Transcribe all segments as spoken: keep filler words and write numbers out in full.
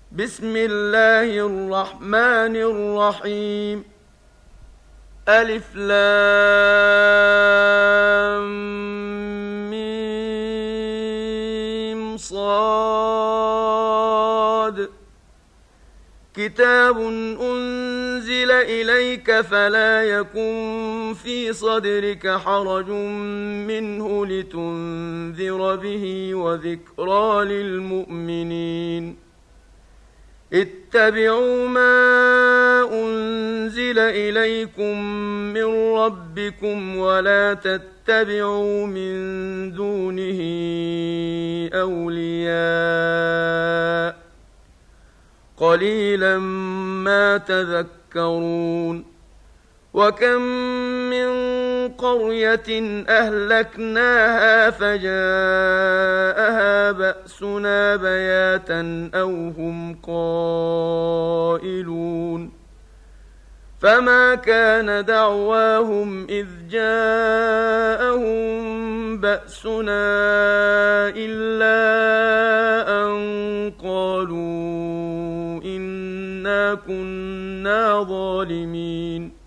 بسم الله الرحمن الرحيم. ألف لام ميم صاد. كتاب أنزل إليك فلا يكن في صدرك حرج منه لتنذر به وذكرى للمؤمنين. اتبعوا ما أنزل إليكم من ربكم ولا تتبعوا من دونه أولياء قليلا ما تذكرون. وكم من قرية أهلكناها فجاءها بأسنا بياتا أو هم قائلون. فما كان دعواهم إذ جاءهم بأسنا إلا أن قالوا إنا كنا ظالمين.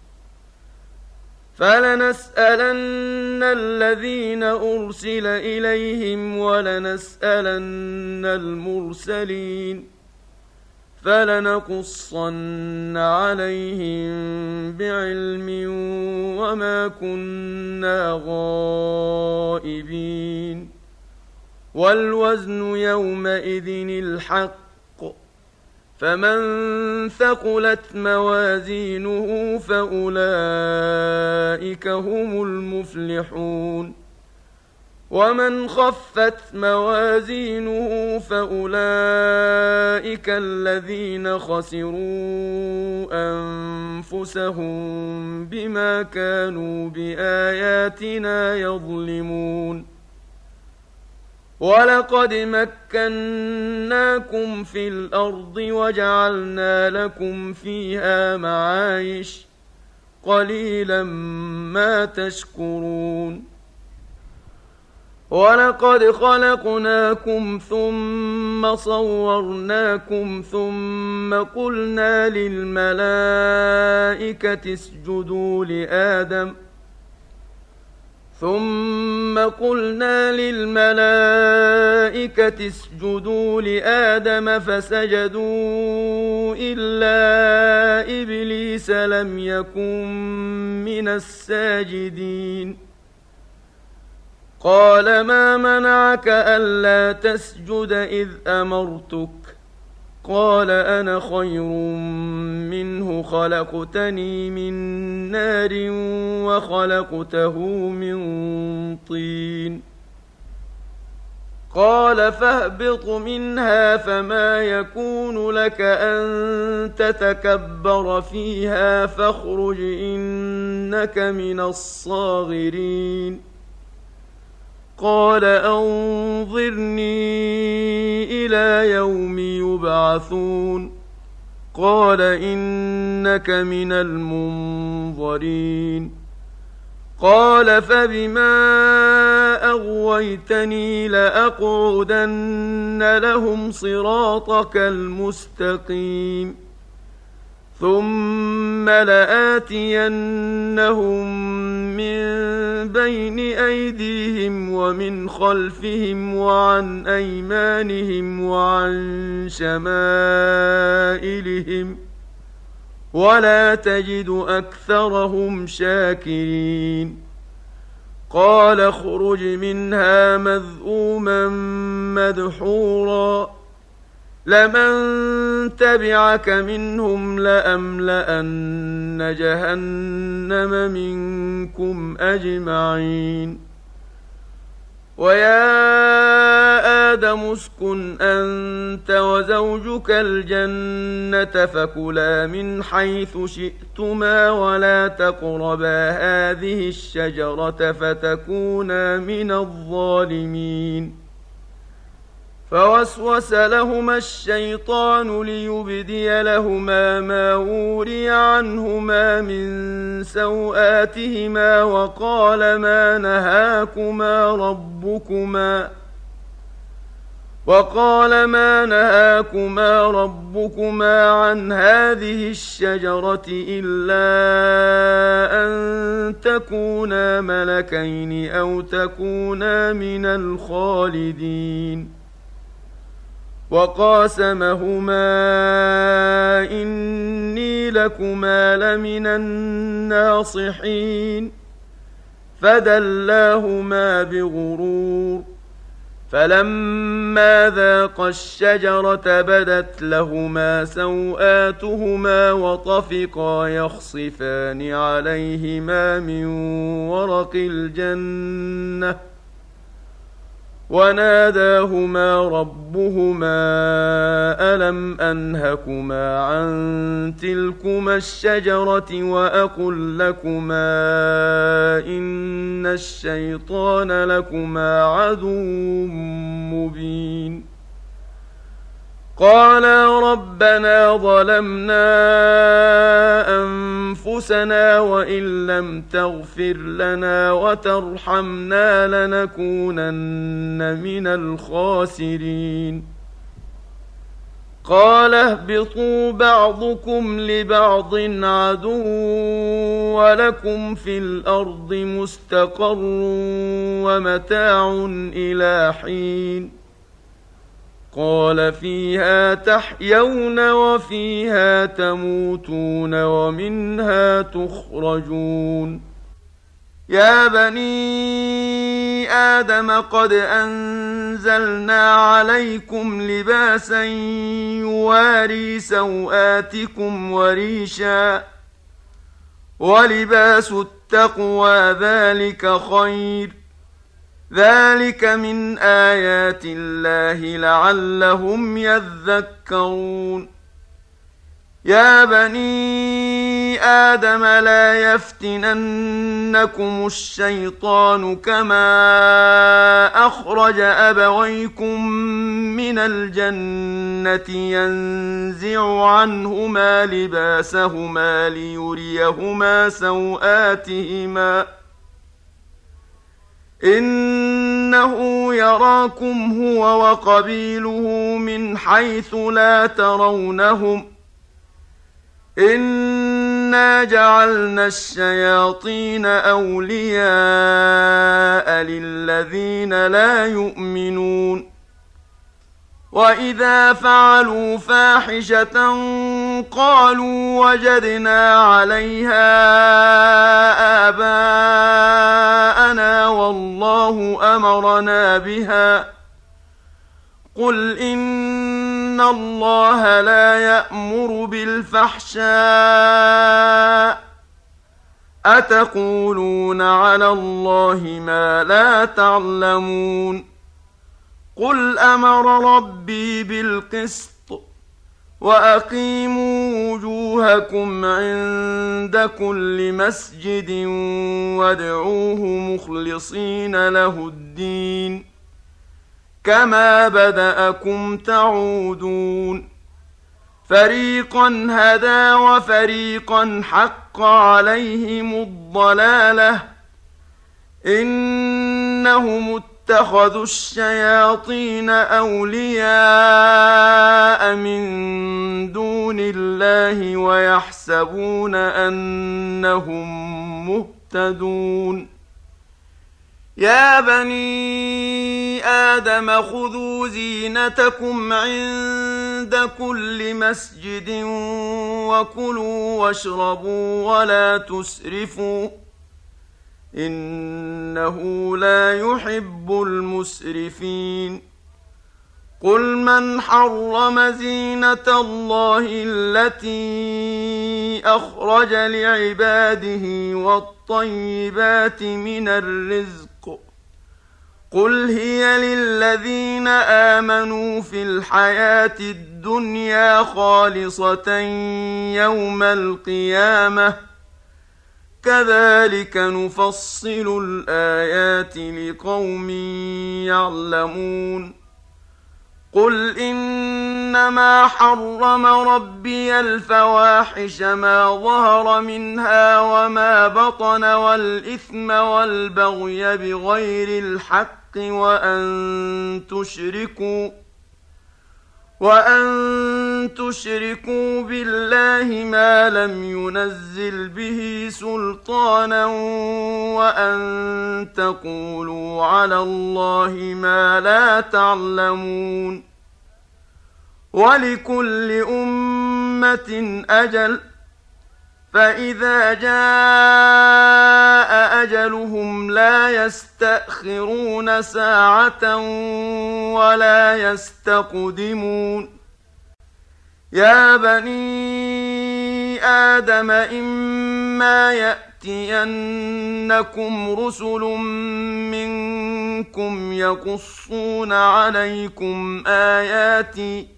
فلنسألن الذين أرسل إليهم ولنسألن المرسلين. فلنقصن عليهم بعلم وما كنا غائبين. والوزن يومئذ الحق. فمن ثقلت موازينه فأولئك هم المفلحون. ومن خفت موازينه فأولئك الذين خسروا أنفسهم بما كانوا بآياتنا يظلمون. ولقد مكناكم في الأرض وجعلنا لكم فيها معايش قليلا ما تشكرون. ولقد خلقناكم ثم صورناكم ثم قلنا للملائكة اسجدوا لآدم ثم قلنا للملائكة اسجدوا لآدم فسجدوا إلا إبليس لم يكن من الساجدين. قال ما منعك ألا تسجد إذ أمرتك؟ قال أنا خير منه خلقتني من نار وخلقته من طين. قال فاهبط منها فما يكون لك أن تتكبر فيها فاخرج إنك من الصاغرين. قال أنظرني إلى يوم يبعثون. قال إنك من المنظرين. قال فبما أغويتني لأقعدن لهم صراطك المستقيم ثم لآتينهم من بين أيديهم ومن خلفهم وعن أيمانهم وعن شمائلهم ولا تجد أكثرهم شاكرين. قال اخرج منها مذءوما مدحورا لمن تبعك منهم لأملأن جهنم منكم أجمعين. ويا آدم اسكن أنت وزوجك الجنة فكلا من حيث شئتما ولا تقربا هذه الشجرة فتكونا من الظالمين. فوسوس لهما الشيطان ليبدي لهما ما وري عنهما من سوآتهما وقال ما نهاكما ربكما وقال ما نهاكما ربكما عن هذه الشجرة إلا أن تكونا ملكين أو تكونا من الخالدين وقاسمهما إني لكما لمن الناصحين فدلاهما بغرور فلما ذاقا الشجرة بدت لهما سوآتهما وطفقا يخصفان عليهما من ورق الجنة وناداهما ربهما ألم أنهكما عن تلكما الشجرة وأقل لكما إن الشيطان لكما عدو مبين قالا ربنا ظلمنا أنفسنا وإن لم تغفر لنا وترحمنا لنكونن من الخاسرين قال اهبطوا بعضكم لبعض عدو ولكم في الأرض مستقر ومتاع إلى حين قال فيها تحيون وفيها تموتون ومنها تخرجون يا بني آدم قد أنزلنا عليكم لباسا يواري سوآتكم وريشا ولباس التقوى ذلك خير ذلك من آيات الله لعلهم يذكرون يا بني آدم لا يفتننكم الشيطان كما أخرج أبويكم من الجنة ينزع عنهما لباسهما ليريهما سوآتهما إنه يراكم هو وقبيله من حيث لا ترونهم إنا جعلنا الشياطين أولياء للذين لا يؤمنون وإذا فعلوا فاحشة قالوا وجدنا عليها آباءنا والله أمرنا بها قل إن الله لا يأمر بالفحشاء أتقولون على الله ما لا تعلمون قل أمر ربي بالقسط وأقيموا وجوهكم عند كل مسجد وادعوه مخلصين له الدين كما بدأكم تعودون فريقا هدى وفريقا حق عليهم الضلالة إنهم اتخذوا الشياطين أولياء من دون الله ويحسبون أنهم مهتدون يا بني آدم خذوا زينتكم عند كل مسجد وكلوا واشربوا ولا تسرفوا إنه لا يحب المسرفين قل من حرم زينة الله التي أخرج لعباده والطيبات من الرزق قل هي للذين آمنوا في الحياة الدنيا خالصة يوم القيامة كذلك نفصل الآيات لقوم يعلمون قل إنما حرم ربي الفواحش ما ظهر منها وما بطن والإثم والبغي بغير الحق وأن تشركوا وأن تشركوا بالله ما لم ينزل به سلطانا وأن تقولوا على الله ما لا تعلمون ولكل أمة أجل فإذا جاء أجلهم لا يستأخرون ساعة ولا يستقدمون يا بني آدم إما يأتينكم رسل منكم يقصون عليكم آياتي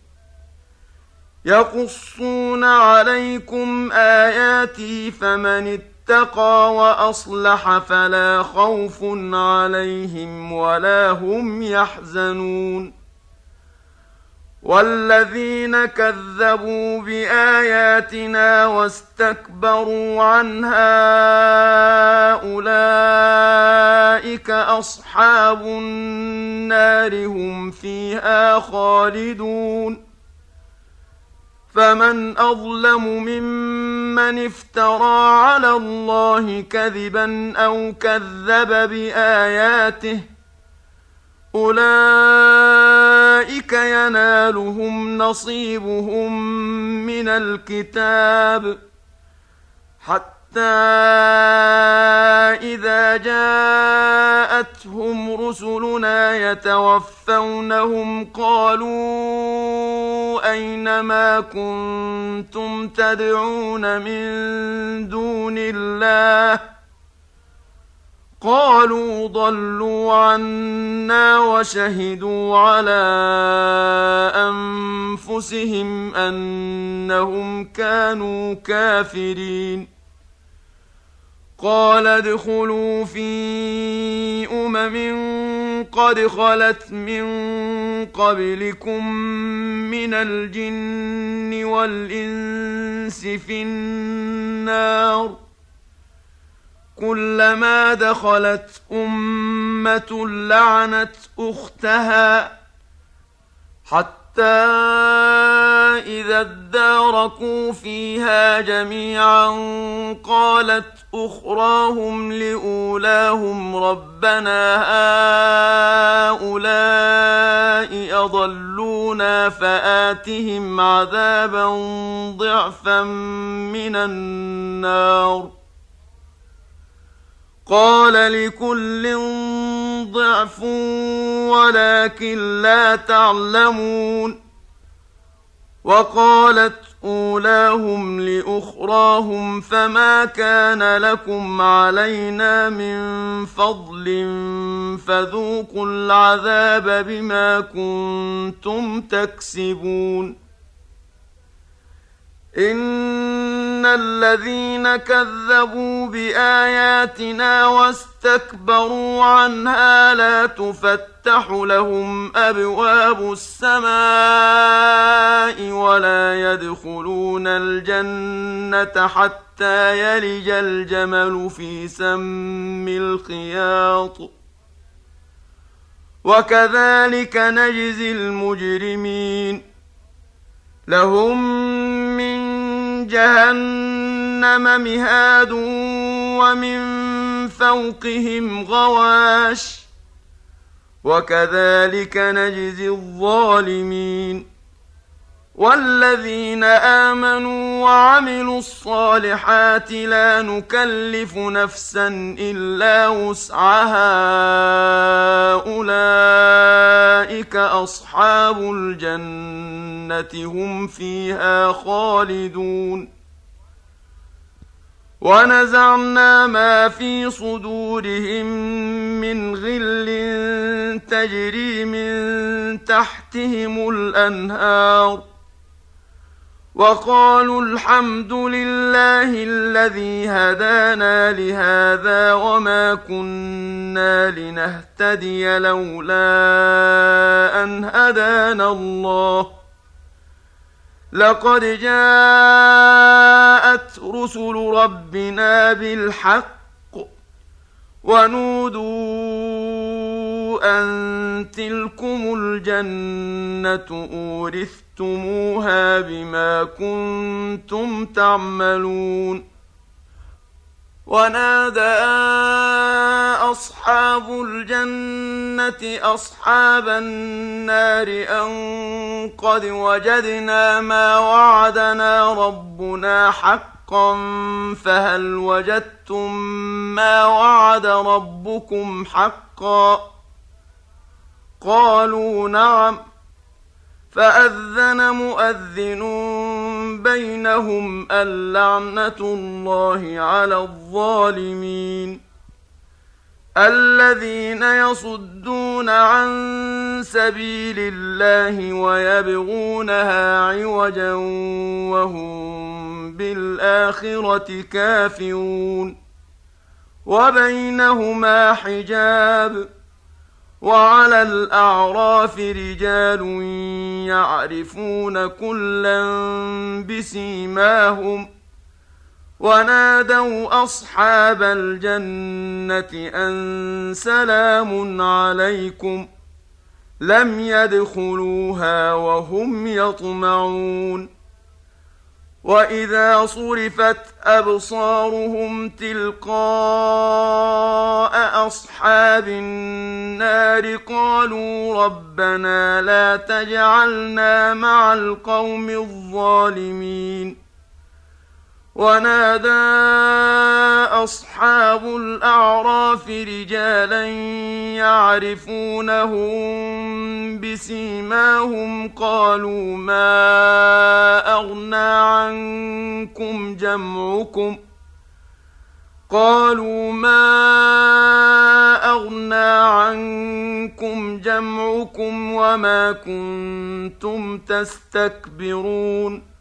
يقصون عليكم آياتي فمن اتقى وأصلح فلا خوف عليهم ولا هم يحزنون والذين كذبوا بآياتنا واستكبروا عنها أولئك أصحاب النار هم فيها خالدون فمن أظلم ممن افترى على الله كذبا أو كذب بآياته أولئك ينالهم نصيبهم من الكتاب حتى إذا جاءتهم رسلنا يتوفونهم قالوا أين ما كنتم تدعون من دون الله قالوا ضلوا عنا وشهدوا على أنفسهم أنهم كانوا كافرين قال ادخلوا في أمم قد خلت من قبلكم من الجن والإنس في النار كلما دخلت أمة لعنت أختها حتى إذا اداركوا فيها جميعا قالت أخراهم لأولاهم ربنا هؤلاء أضلونا فآتهم عذابا ضعفا من النار قال لكل ضعف ولكن لا تعلمون وقالت أولاهم لأخراهم فما كان لكم علينا من فضل فذوقوا العذاب بما كنتم تكسبون إن الذين كذبوا بآياتنا واستكبروا عنها لا تفتح لهم أبواب السماء ولا يدخلون الجنة حتى يلج الجمل في سم الخياط وكذلك نجزي المجرمين لهم من جهنم مهاد ومن فوقهم غواش وكذلك نجزي الظالمين والذين آمنوا وعملوا الصالحات لا نكلف نفسا إلا وسعها أولئك أصحاب الجنة هم فيها خالدون ونزعنا ما في صدورهم من غل تجري من تحتهم الأنهار وقالوا الحمد لله الذي هدانا لهذا وما كنا لنهتدي لولا أن هدانا الله لقد جاءت رسل ربنا بالحق ونودوا أن تلكم الجنة أورثتموها بما كنتم تعملون ونادى أصحاب الجنة أصحاب النار أن قد وجدنا ما وعدنا ربنا حقا فهل وجدتم ما وعد ربكم حقا قالوا نعم فأذن مؤذن بينهم اللعنة الله على الظالمين الذين يصدون عن سبيل الله ويبغونها عوجا وهم بالآخرة كافرون وبينهما حجاب وعلى الأعراف رجال يعرفون كلا بسيماهم ونادوا أصحاب الجنة أن سلام عليكم لم يدخلوها وهم يطمعون وإذا صرفت أبصارهم تلقاء أصحاب النار قالوا ربنا لا تجعلنا مع القوم الظالمين ونادى أصحاب الأعراف رجالا يعرفونهم بسيماهم قالوا ما أغنى عنكم جمعكم قالوا ما أغنى عنكم جمعكم وما كنتم تستكبرون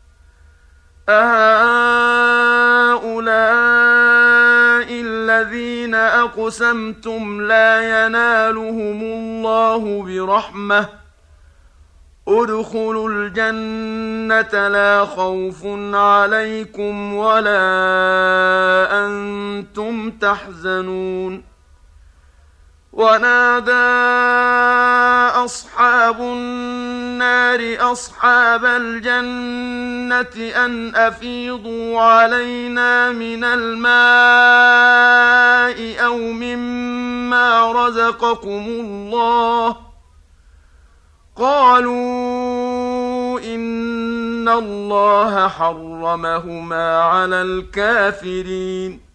أهؤلاء الذين أقسمتم لا ينالهم الله برحمة ادخلوا الجنة لا خوف عليكم ولا أنتم تحزنون ونادى أصحاب النار أصحاب الجنة أن أفيضوا علينا من الماء أو مما رزقكم الله قالوا إن الله حرمهما على الكافرين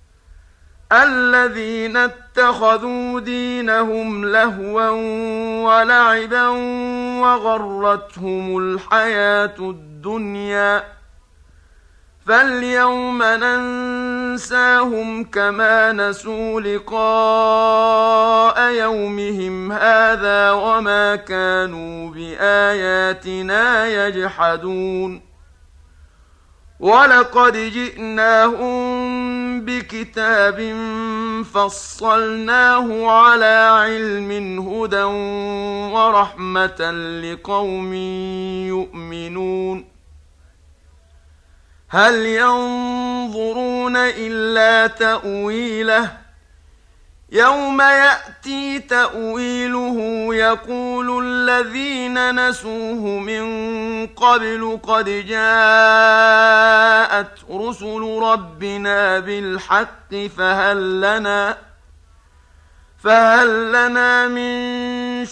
الذين اتخذوا دينهم لهوا ولعبا وغرتهم الحياة الدنيا فاليوم ننساهم كما نسوا لقاء يومهم هذا وما كانوا بآياتنا يجحدون ولقد جئناهم بكتاب فصلناه على علم هدى ورحمة لقوم يؤمنون هل ينظرون إلا تأويله يوم يأتي تأويله يقول الذين نسوه من قبل قد جاءت رسل ربنا بالحق فهل لنا فهل لنا من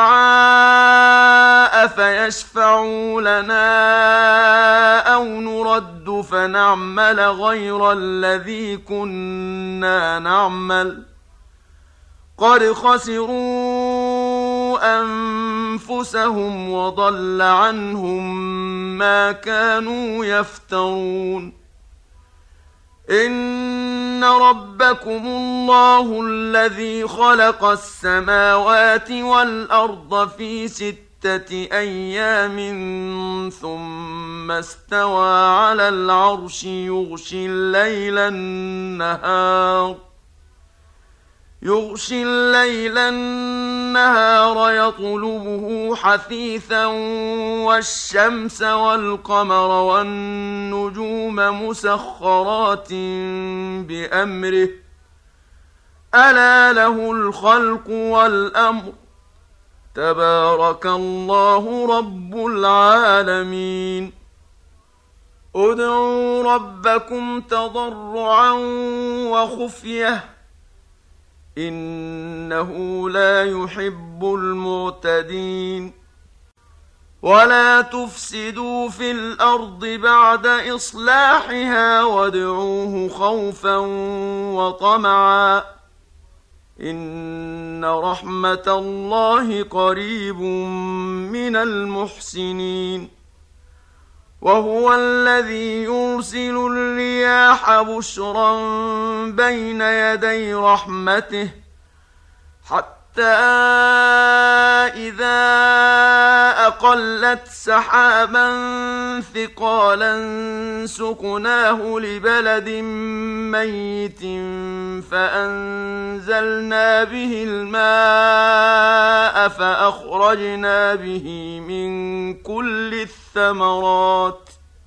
شفعاء فيشفعوا لنا أو نرد فنعمل غير الذي كنا نعمل قد خسروا أنفسهم وضل عنهم ما كانوا يفترون إن ربكم الله الذي خلق السماوات والأرض في ستة أيام ثم استوى على العرش يغشي الليل النهار يغشي الليل النهار يطلبه حثيثا والشمس والقمر والنجوم مسخرات بأمره ألا له الخلق والأمر تبارك الله رب العالمين ادعوا ربكم تضرعا وخفية إنه لا يحب المعتدين ولا تفسدوا في الأرض بعد إصلاحها وادعوه خوفا وطمعا إن رحمة الله قريب من المحسنين وهو الذي يرسل الرياح بشرا بين يدي رحمته حتى إذا أقلت سحابا ثقالا سقناه لبلد ميت فأنزلنا به الماء فأخرجنا به من كل الثمرات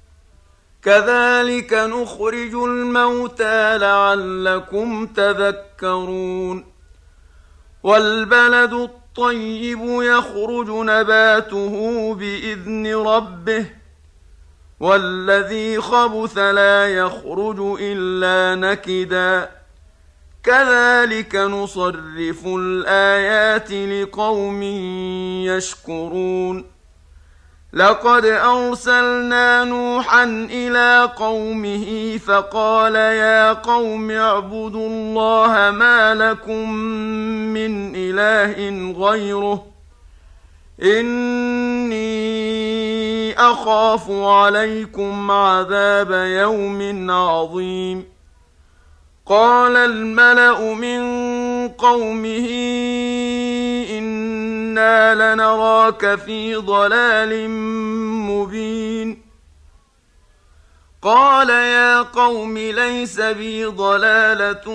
كذلك نخرج الموتى لعلكم تذكرون والبلد الطيب يخرج نباته بإذن ربه والذي خبث لا يخرج إلا نكدا كذلك نصرف الآيات لقوم يشكرون لقد أرسلنا نوحا إلى قومه فقال يا قوم اعبدوا الله ما لكم من إله غيره إني أخاف عليكم عذاب يوم عظيم قال الملأ من قومه إنا لنراك في ضلال مبين قال يا قوم ليس بي ضلالة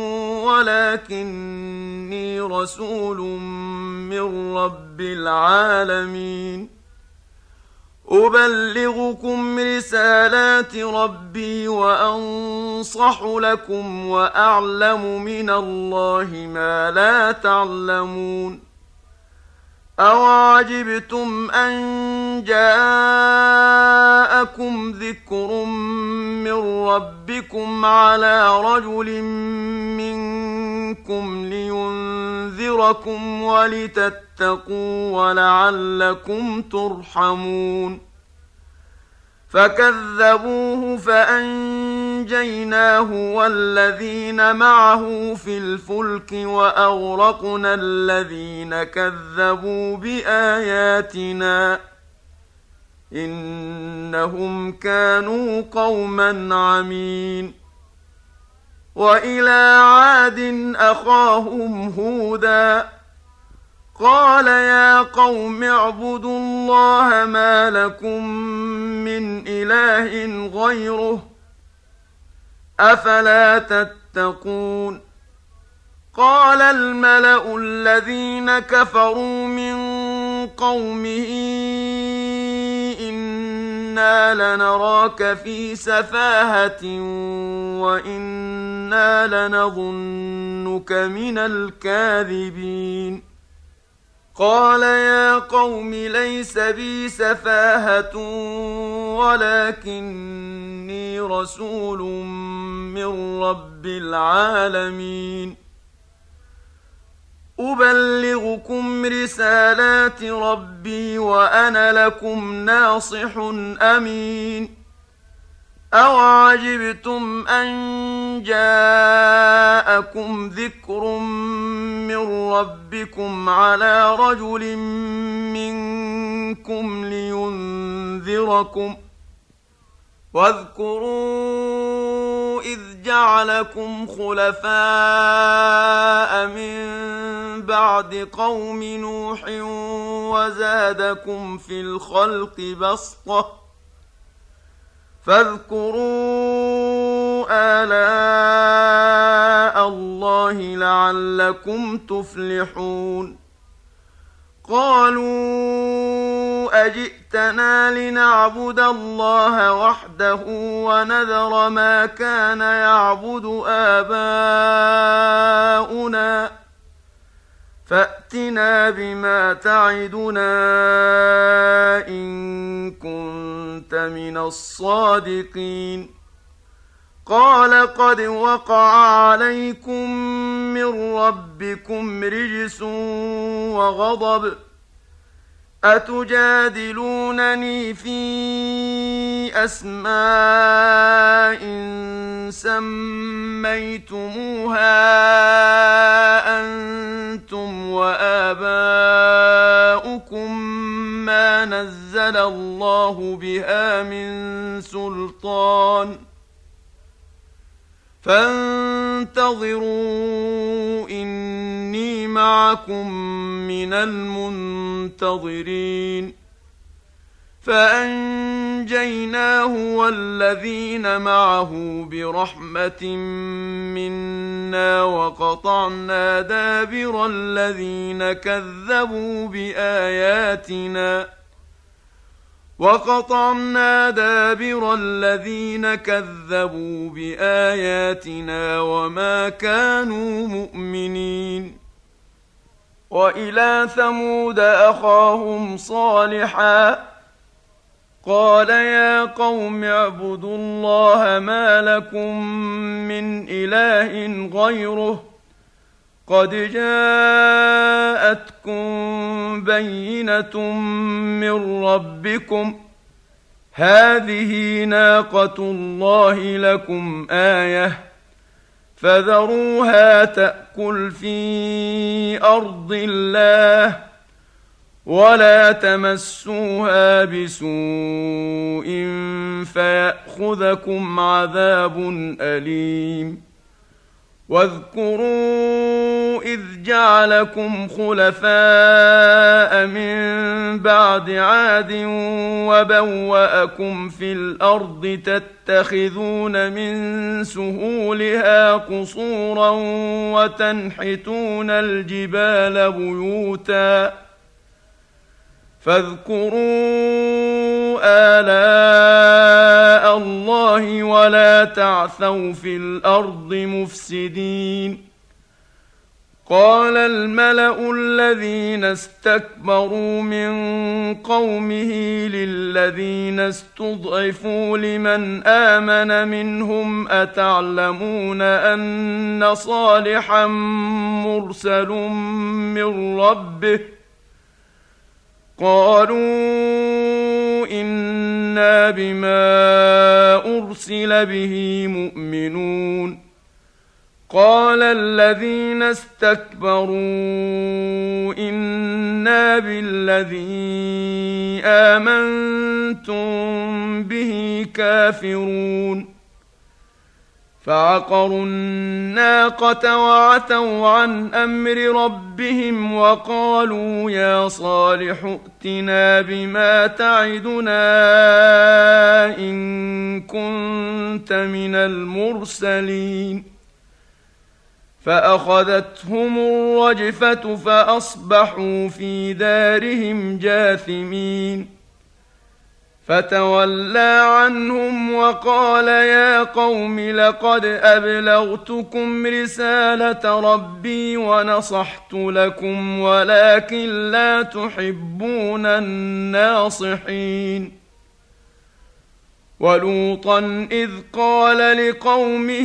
ولكني رسول من رب العالمين أبلغكم رسالات ربي وأنصح لكم وأعلم من الله ما لا تعلمون أوعجبتم أن جاءكم ذكر من ربكم على رجل منكم لينذركم ولتتقوا ولعلكم ترحمون فكذبوه فأنجيناه والذين معه في الفلك وأغرقنا الذين كذبوا بآياتنا إنهم كانوا قوما عمين وإلى عاد أخاهم هودا قال يا قوم اعبدوا الله ما لكم من إله غيره أفلا تتقون قال الملأ الذين كفروا من قومه إنا لنراك في سفاهة وإنا لنظنك من الكاذبين قال يا قوم ليس بي سفاهة ولكني رسول من رب العالمين أبلغكم رسالات ربي وأنا لكم ناصح أمين أوعجبتم أن جاءكم ذكر من ربكم على رجل منكم لينذركم واذكروا إذ جعلكم خلفاء من بعد قوم نوح وزادكم في الخلق بسطة فاذكروا آلاء الله لعلكم تفلحون قالوا أجئت جئتنا لنعبد الله وحده ونذر ما كان يعبد آباؤنا فأتنا بما تعدنا إن كنت من الصادقين قال قد وقع عليكم من ربكم رجس وغضب أتجادلونني في أسماء سميتموها أنتم وآباؤكم ما نزل الله بها من سلطان فانتظروا إني معكم من المنتظرين فأنجيناه والذين معه برحمة منا وقطعنا دابر الذين كذبوا بآياتنا وقطعنا دابر الذين كذبوا بآياتنا وما كانوا مؤمنين وإلى ثمود أخاهم صالحا قال يا قوم اعبدوا الله ما لكم من إله غيره قد جاءتكم بينة من ربكم هذه ناقة الله لكم آية فذروها تأكل في أرض الله ولا تمسوها بسوء فيأخذكم عذاب أليم واذكروا إذ جعلكم خلفاء من بعد عاد وبوأكم في الأرض تتخذون من سهولها قصورا وتنحتون الجبال بيوتا فاذكروا آلاء الله ولا تعثوا في الأرض مفسدين قال الملأ الذين استكبروا من قومه للذين استضعفوا لمن آمن منهم أتعلمون أن صالحا مرسل من ربه قالوا إنا بما أرسل به مؤمنون قال الذين استكبروا إنا بالذي آمنتم به كافرون فعقروا الناقة وعتوا عن أمر ربهم وقالوا يا صالح ائتنا بما تعدنا إن كنت من المرسلين فأخذتهم الرجفة فأصبحوا في دارهم جاثمين فتولى عنهم وقال يا قوم لقد أبلغتكم رسالة ربي ونصحت لكم ولكن لا تحبون الناصحين ولوطا إذ قال لقومه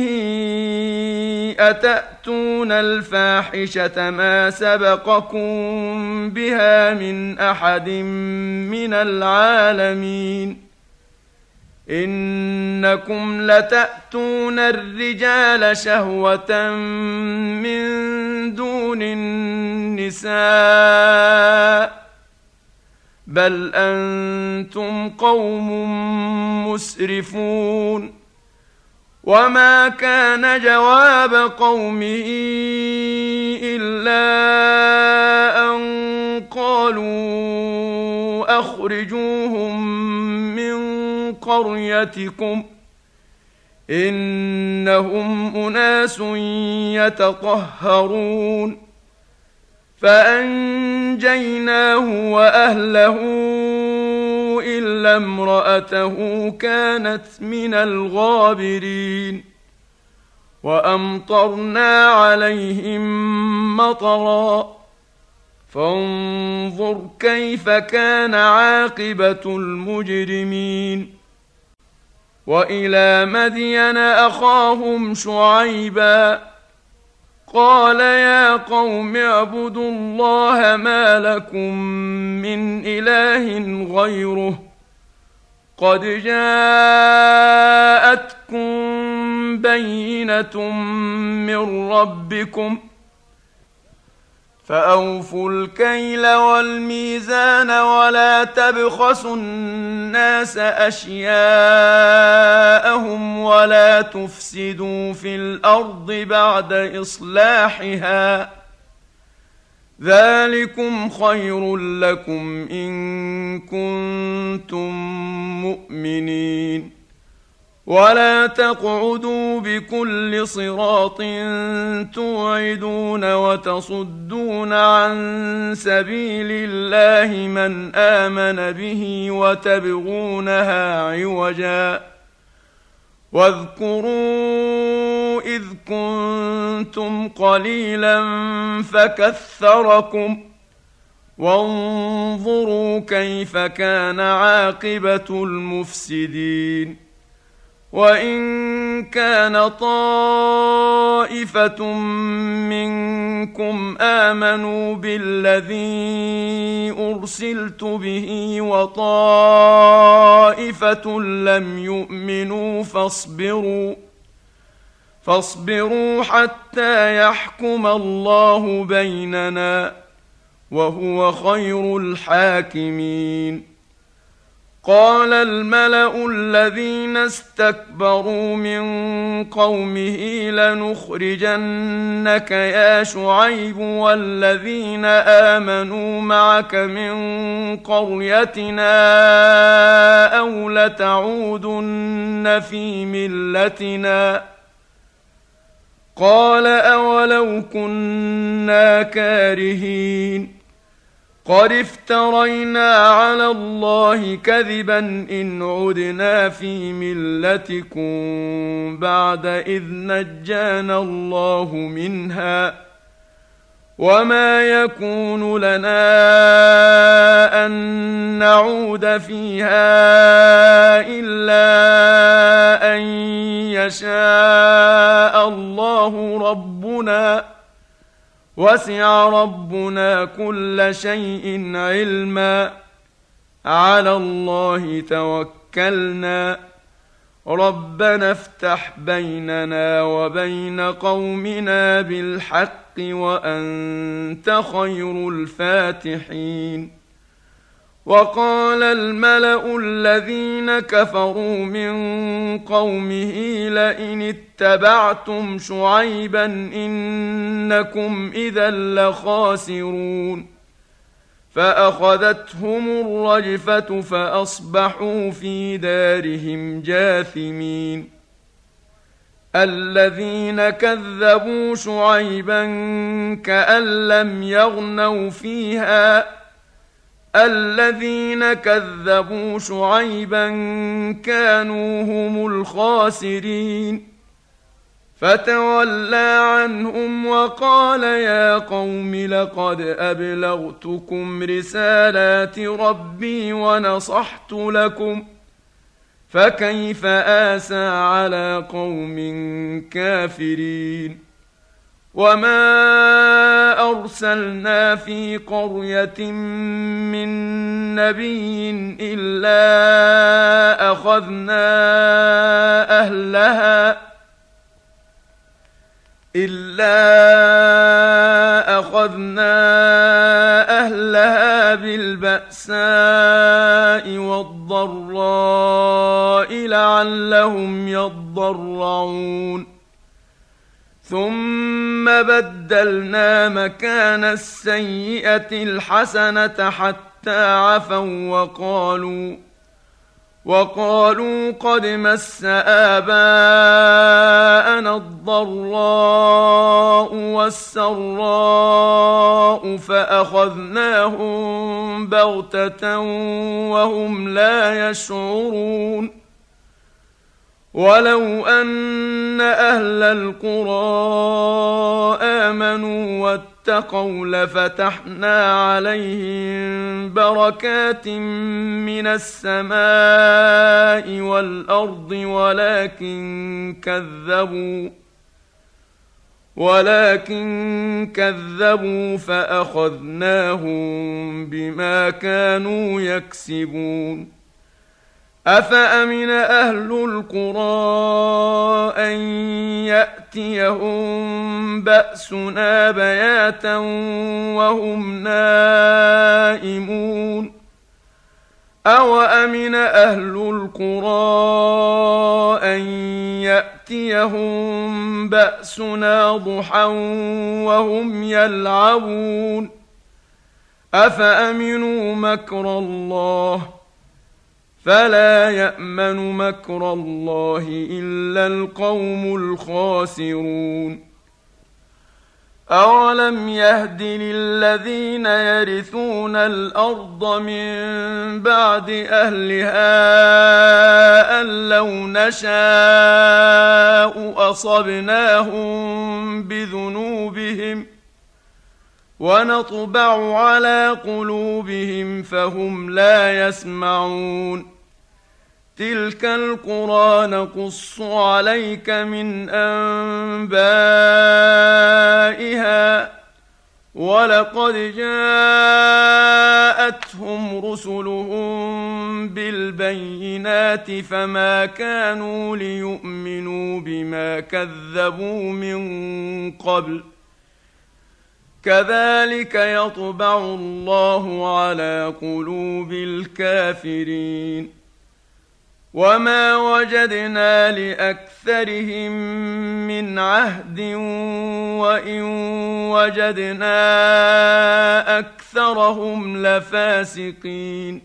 أتأتون الفاحشة ما سبقكم بها من أحد من العالمين إنكم لتأتون الرجال شهوة من دون النساء بل أنتم قوم مسرفون وما كان جواب قومه إلا أن قالوا أخرجوهم من قريتكم إنهم أناس يتطهرون فأنجيناه وأهله إلا امرأته كانت من الغابرين وأمطرنا عليهم مطرا فانظر كيف كان عاقبة المجرمين وإلى مدين أخاهم شعيبا قال يا قوم اعبدوا الله ما لكم من إله غيره قد جاءتكم بينة من ربكم فأوفوا الكيل والميزان ولا تبخسوا الناس أشياءهم ولا تفسدوا في الأرض بعد إصلاحها ذلكم خير لكم إن كنتم مؤمنين ولا تقعدوا بكل صراط توعدون وتصدون عن سبيل الله من آمن به وتبغونها عوجا واذكروا إذ كنتم قليلا فكثركم وانظروا كيف كان عاقبة المفسدين وإن كان طائفة منكم آمنوا بالذي أرسلت به وطائفة لم يؤمنوا فاصبروا فاصبروا حتى يحكم الله بيننا وهو خير الحاكمين قال الملأ الذين استكبروا من قومه لنخرجنك يا شعيب والذين آمنوا معك من قريتنا أو لتعودن في ملتنا قال أولو كنا كارهين قد افترينا على الله كذبا إن عدنا في ملتكم بعد إذ نجانا الله منها وما يكون لنا أن نعود فيها إلا أن يشاء الله ربنا وسع ربنا كل شيء علما على الله توكلنا ربنا افتح بيننا وبين قومنا بالحق وأنت خير الفاتحين وقال الملأ الذين كفروا من قومه لئن اتبعتم شعيبا إنكم إذا لخاسرون فأخذتهم الرجفة فأصبحوا في دارهم جاثمين الذين كذبوا شعيبا كأن لم يغنوا فيها الذين كذبوا شعيبا كانوا هم الخاسرين فتولى عنهم وقال يا قوم لقد أبلغتكم رسالات ربي ونصحت لكم فكيف آسى على قوم كافرين وما أرسلنا في قرية من نبي إلا أخذنا أهلها إلا أخذنا أهلها بالبأساء والضراء لعلهم يضرعون ثم بدلنا مكان السيئة الحسنة حتى عفوا وقالوا وقالوا قد مس آباءنا الضراء والسراء فأخذناهم بغتة وهم لا يشعرون ولو أن أهل القرى آمنوا واتقوا لفتحنا عليهم بركات من السماء والأرض ولكن كذبوا ولكن كذبوا فأخذناهم بما كانوا يكسبون أفأمن أهل القرى أن يأتيهم بأسنا بياتا وهم نائمون أوأمن أهل القرى أن يأتيهم بأسنا ضحى وهم يلعبون أفأمنوا مكر الله فلا يأمن مكر الله إلا القوم الخاسرون أولم يهد للذين يرثون الأرض من بعد أهلها أن لو نشاء أصبناهم بذنوبهم ونطبع على قلوبهم فهم لا يسمعون تلك القرى نقص عليك من أنبائها ولقد جاءتهم رسلهم بالبينات فما كانوا ليؤمنوا بما كذبوا من قبل كذلك يطبع الله على قلوب الكافرين وما وجدنا لأكثرهم من عهد وإن وجدنا أكثرهم لفاسقين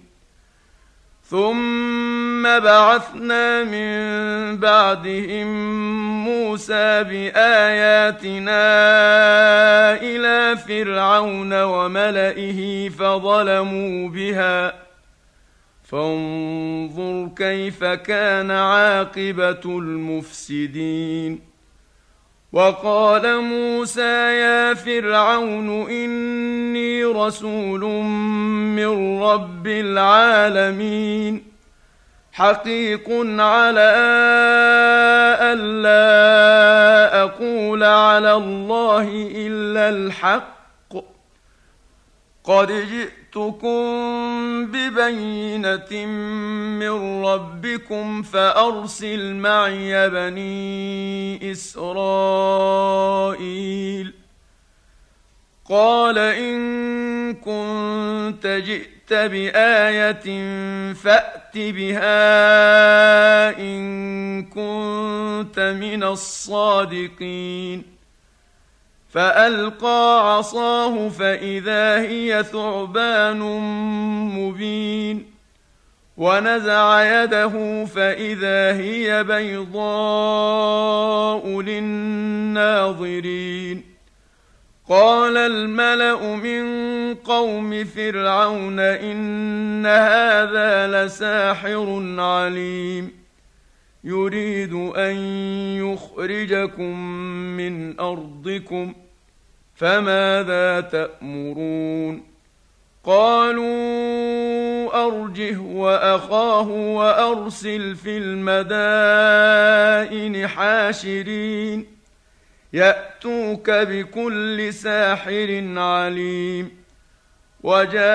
ثم بعثنا من بعدهم موسى بآياتنا إلى فرعون وملئه فظلموا بها فانظر كيف كان عاقبة المفسدين وقال موسى يا فرعون إني رسول من رب العالمين حقيق على ألا أقول على الله إلا الحق قد جئتكم ببينة من ربكم فأرسل معي بني إسرائيل قال إن كنت جئت بآية فأت بها إن كنت من الصادقين فألقى عصاه فإذا هي ثعبان مبين ونزع يده فإذا هي بيضاء للناظرين قال الملأ من قوم فرعون إن هذا لساحر عليم يريد أن يخرجكم من أرضكم فماذا تأمرون قالوا أرجه وأخاه وأرسل في المدائن حاشرين يأتوك بكل ساحر عليم وجاء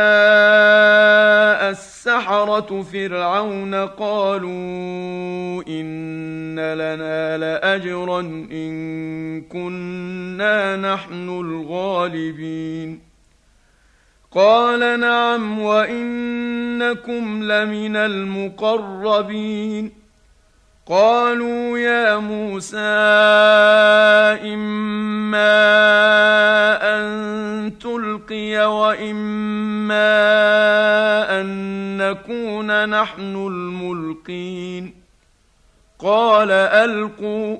السحرة فرعون قالوا إن لنا لأجرا إن كنا نحن الغالبين قال نعم وإنكم لمن المقربين قالوا يا موسى إما أن تلقي وإما أن نكون نحن الملقين قال ألقوا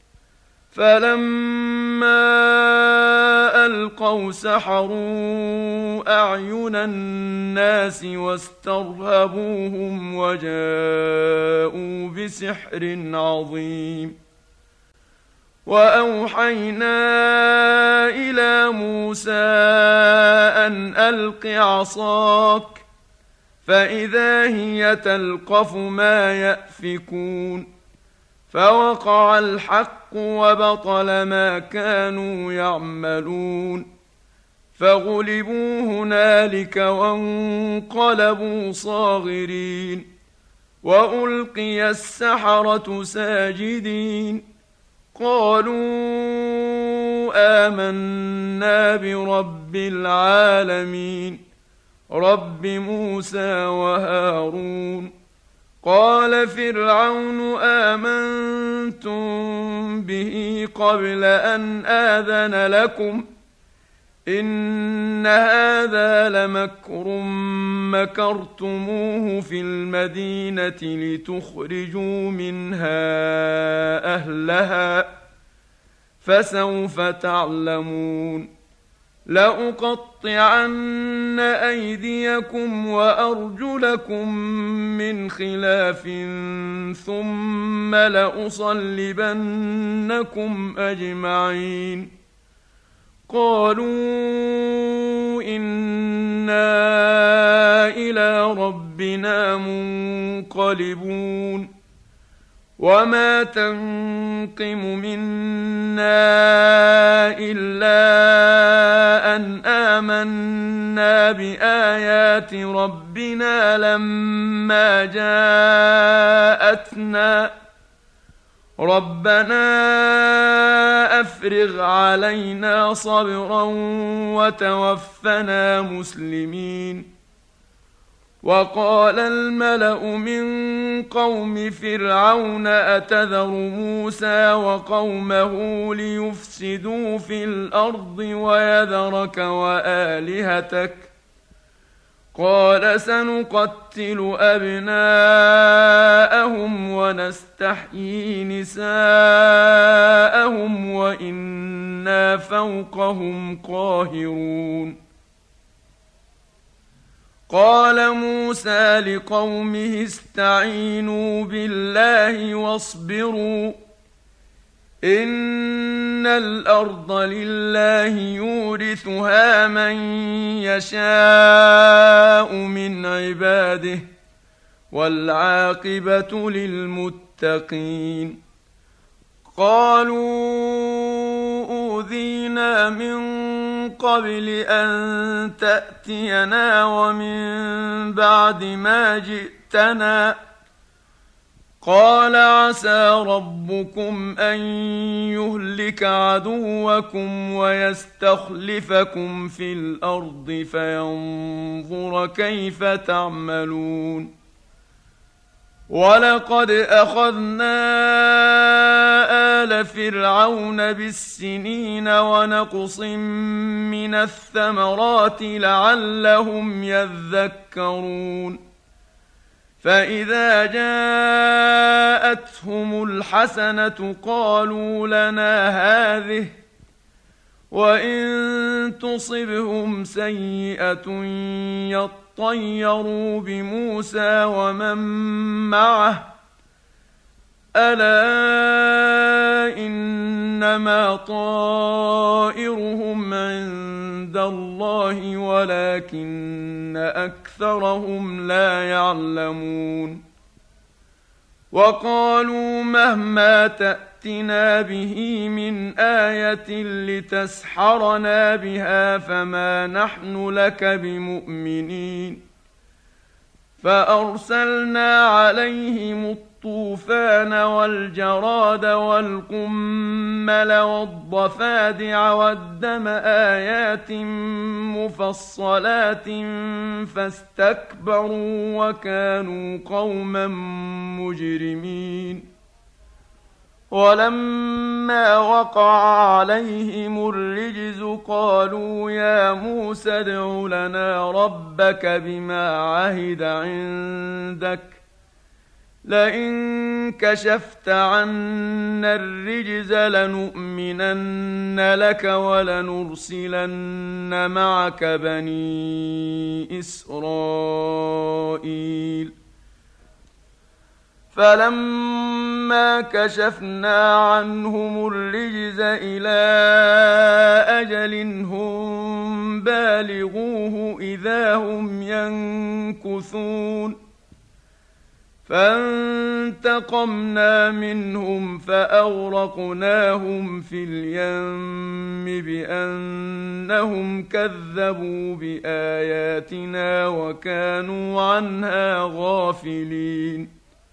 فلما ألقوا سحروا أعين الناس واسترهبوهم وجاءوا بسحر عظيم وأوحينا إلى موسى أن ألق عصاك فإذا هي تلقف ما يأفكون فوقع الحق وبطل ما كانوا يعملون فغلبوا هنالك وانقلبوا صاغرين وألقي السحرة ساجدين قالوا آمنا برب العالمين رب موسى وهارون قال فرعون آمنتم به قبل أن آذن لكم إن هذا لمكر مكرتموه في المدينة لتخرجوا منها أهلها فسوف تعلمون لأقطعن أيديكم وأرجلكم من خلاف ثم لأصلبنكم أجمعين قالوا إنا إلى ربنا منقلبون وما تنقم منا إلا أن آمنا بآيات ربنا لما جاءتنا ربنا أفرغ علينا صبرا وتوفنا مسلمين وقال الملأ من قوم فرعون أتذر موسى وقومه ليفسدوا في الأرض ويذرك وآلهتك قال سنقتل أبناءهم ونستحيي نساءهم وإنا فوقهم قاهرون قال موسى لقومه استعينوا بالله واصبروا إن الأرض لله يورثها من يشاء من عباده والعاقبة للمتقين قالوا أوذينا من قبل أن تأتينا ومن بعد ما جئتنا قال عسى ربكم أن يهلك عدوكم ويستخلفكم في الأرض فينظر كيف تعملون ولقد أخذنا آل فرعون بالسنين ونقص من الثمرات لعلهم يذكرون فإذا جاءتهم الحسنة قالوا لنا هذه وإن تصبهم سيئة يطيروا بموسى ومن معه ألا إنما طائرهم عند الله ولكن أكثرهم لا يعلمون وقالوا مهما تأتنا به من آية لتسحرنا بها فما نحن لك بمؤمنين فأرسلنا عليهم الطوفان والجراد والقمل والضفادع والدم آيات مفصلات فاستكبروا وكانوا قوما مجرمين ولما وقع عليهم الرجز قالوا يا موسى ادع لنا ربك بما عهد عندك لئن كشفت عنا الرجز لنؤمنن لك ولنرسلن معك بني إسرائيل فلما كشفنا عنهم الرجز إلى أجل هم بالغوه إذا هم ينكثون فانتقمنا منهم فأغرقناهم في اليم بأنهم كذبوا بآياتنا وكانوا عنها غافلين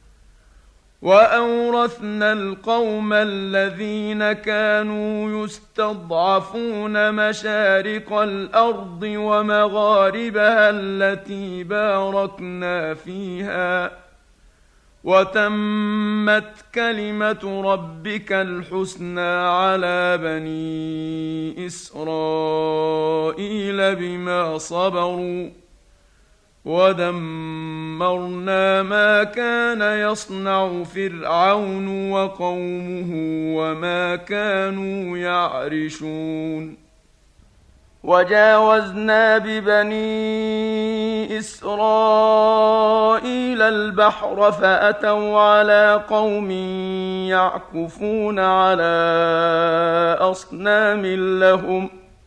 وأورثنا القوم الذين كانوا يستضعفون مشارق الأرض ومغاربها التي باركنا فيها وتمت كلمة ربك الحسنى على بني إسرائيل بما صبروا ودمرنا ما كان يصنع فرعون وقومه وما كانوا يعرشون وجاوزنا ببني إسرائيل البحر فأتوا على قوم يعكفون على أصنام لهم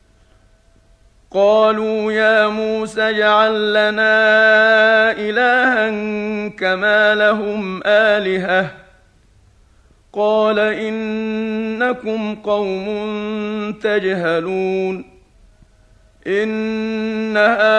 قالوا يا موسى اجعل لنا إلها كما لهم آلهة قال إنكم قوم تجهلون إن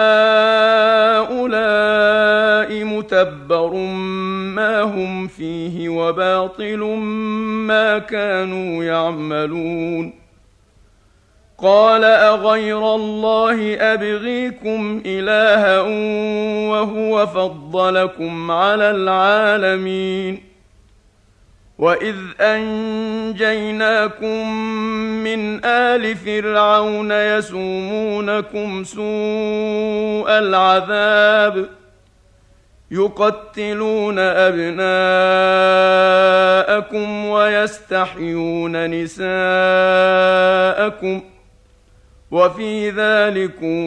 هؤلاء متبر ما هم فيه وباطل ما كانوا يعملون قال أغير الله أبغيكم إلها وهو فضلكم على العالمين وإذ أنجيناكم من آل فرعون يسومونكم سوء العذاب يقتلون أبناءكم ويستحيون نساءكم وفي ذلكم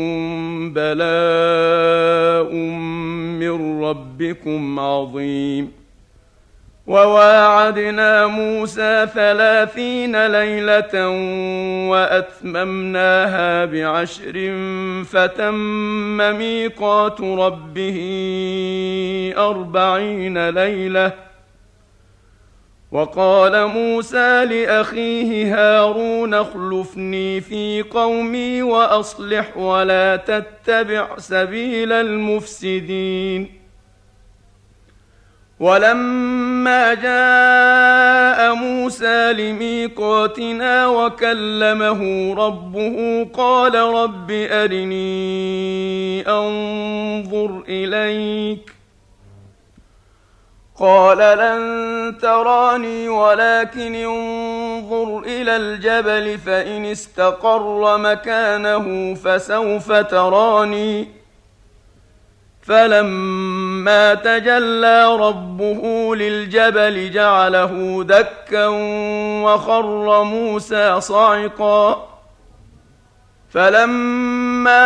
بلاء من ربكم عظيم وواعدنا موسى ثلاثين ليلة وأتممناها بعشر فتم ميقات ربه أربعين ليلة وقال موسى لأخيه هارون اخلفني في قومي وأصلح ولا تتبع سبيل المفسدين ولما جاء موسى لميقاتنا وكلمه ربه قال رب أرني أنظر إليك قال لن تراني ولكن انظر إلى الجبل فإن استقر مكانه فسوف تراني فلما تجلى ربه للجبل جعله دكا وخر موسى صعقا فلما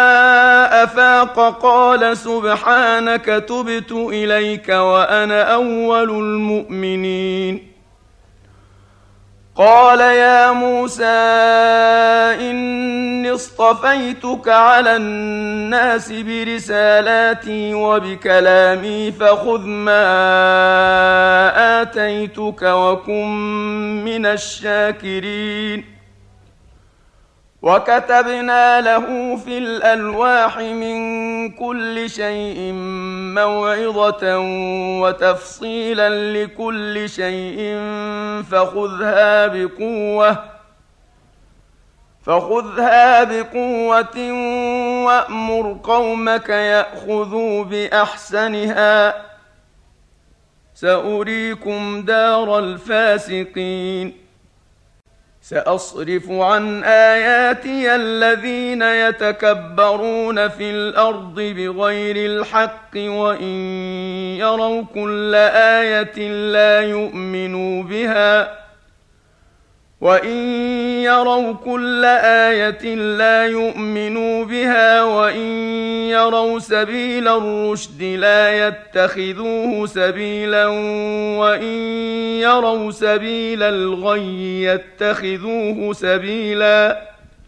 أفاق قال سبحانك تبت إليك وأنا أول المؤمنين قال يا موسى إني اصطفيتك على الناس برسالاتي وبكلامي فخذ ما آتيتك وكن من الشاكرين وكتبنا له في الألواح من كل شيء موعظة وتفصيلا لكل شيء فخذها بقوة فخذها بقوة وأمر قومك يأخذوا بأحسنها سأريكم دار الفاسقين سأصرف عن آياتي الذين يتكبرون في الأرض بغير الحق وإن يروا كل آية لا يؤمنوا بها وإن يروا كل آية لا يؤمنوا بها وإن يروا سبيل الرشد لا يتخذوه سبيلا وإن يروا سبيل الغي يتخذوه سبيلا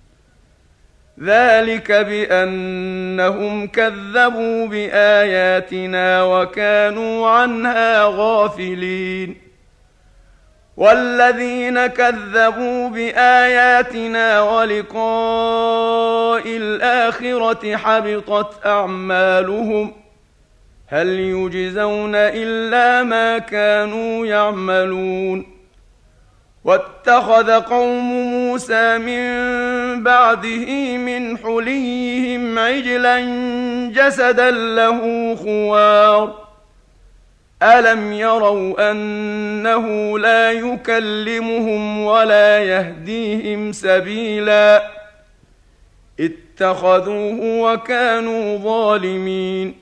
ذلك بأنهم كذبوا بآياتنا وكانوا عنها غافلين والذين كذبوا بآياتنا ولقاء الآخرة حبطت أعمالهم هل يجزون إلا ما كانوا يعملون واتخذ قوم موسى من بعده من حليهم عجلا جسدا له خوار ألم يروا أنه لا يكلمهم ولا يهديهم سبيلا اتخذوه وكانوا ظالمين